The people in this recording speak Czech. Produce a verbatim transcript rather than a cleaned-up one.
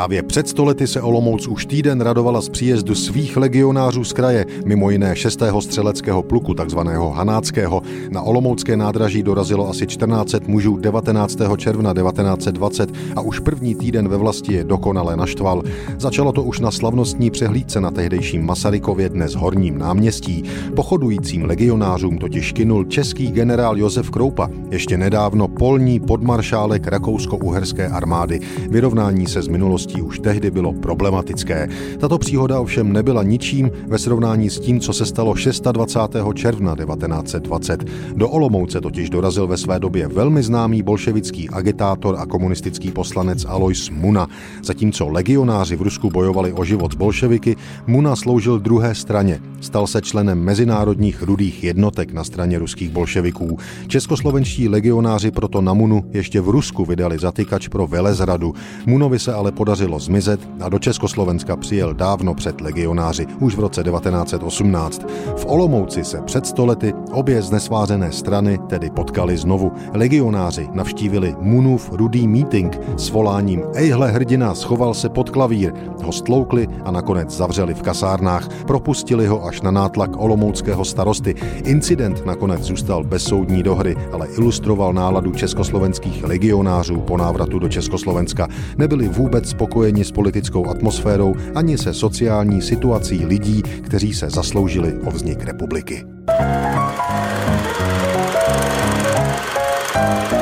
Právě před sto lety se Olomouc už týden radovala z příjezdu svých legionářů z kraje, mimo jiné šestého střeleckého pluku, takzvaného Hanáckého. Na olomoucké nádraží dorazilo asi čtrnáct set mužů devatenáctého června devatenáct set dvacet a už první týden ve vlasti je dokonale naštval. Začalo to už na slavnostní přehlídce na tehdejším Masarykově, dnes Horním náměstí. Pochodujícím legionářům totiž kynul český generál Josef Kroupa, ještě nedávno polní podmaršálek rakousko-uherské armády. Vyrovnání se z minulostí už tehdy bylo problematické. Tato příhoda ovšem nebyla ničím ve srovnání s tím, co se stalo dvacátého šestého června devatenáct set dvacet. Do Olomouce totiž dorazil ve své době velmi známý bolševický agitátor a komunistický poslanec Alois Muna. Zatímco legionáři v Rusku bojovali o život s bolševiky, Muna sloužil druhé straně. Stal se členem mezinárodních rudých jednotek na straně ruských bolševiků. Českoslovenští legionáři proto na Munu ještě v Rusku vydali zatykač pro velezradu. Munovi se ale podařilo zmizet a do Československa přijel dávno před legionáři, už v roce devatenáct set osmnáct. V Olomouci se před sto lety obě znesvářené strany tedy potkali znovu. Legionáři navštívili Munův rudý mítink s voláním "Ejhle hrdina, schoval se pod klavír", ho stloukli a nakonec zavřeli v kasárnách. Propustili ho až na nátlak olomouckého starosty. Incident nakonec zůstal bez soudní dohry, ale ilustroval náladu československých legionářů po návratu do Československa. Nebyli vůbec spokojeni s politickou atmosférou ani se sociální situací lidí, kteří se zasloužili o vznik republiky.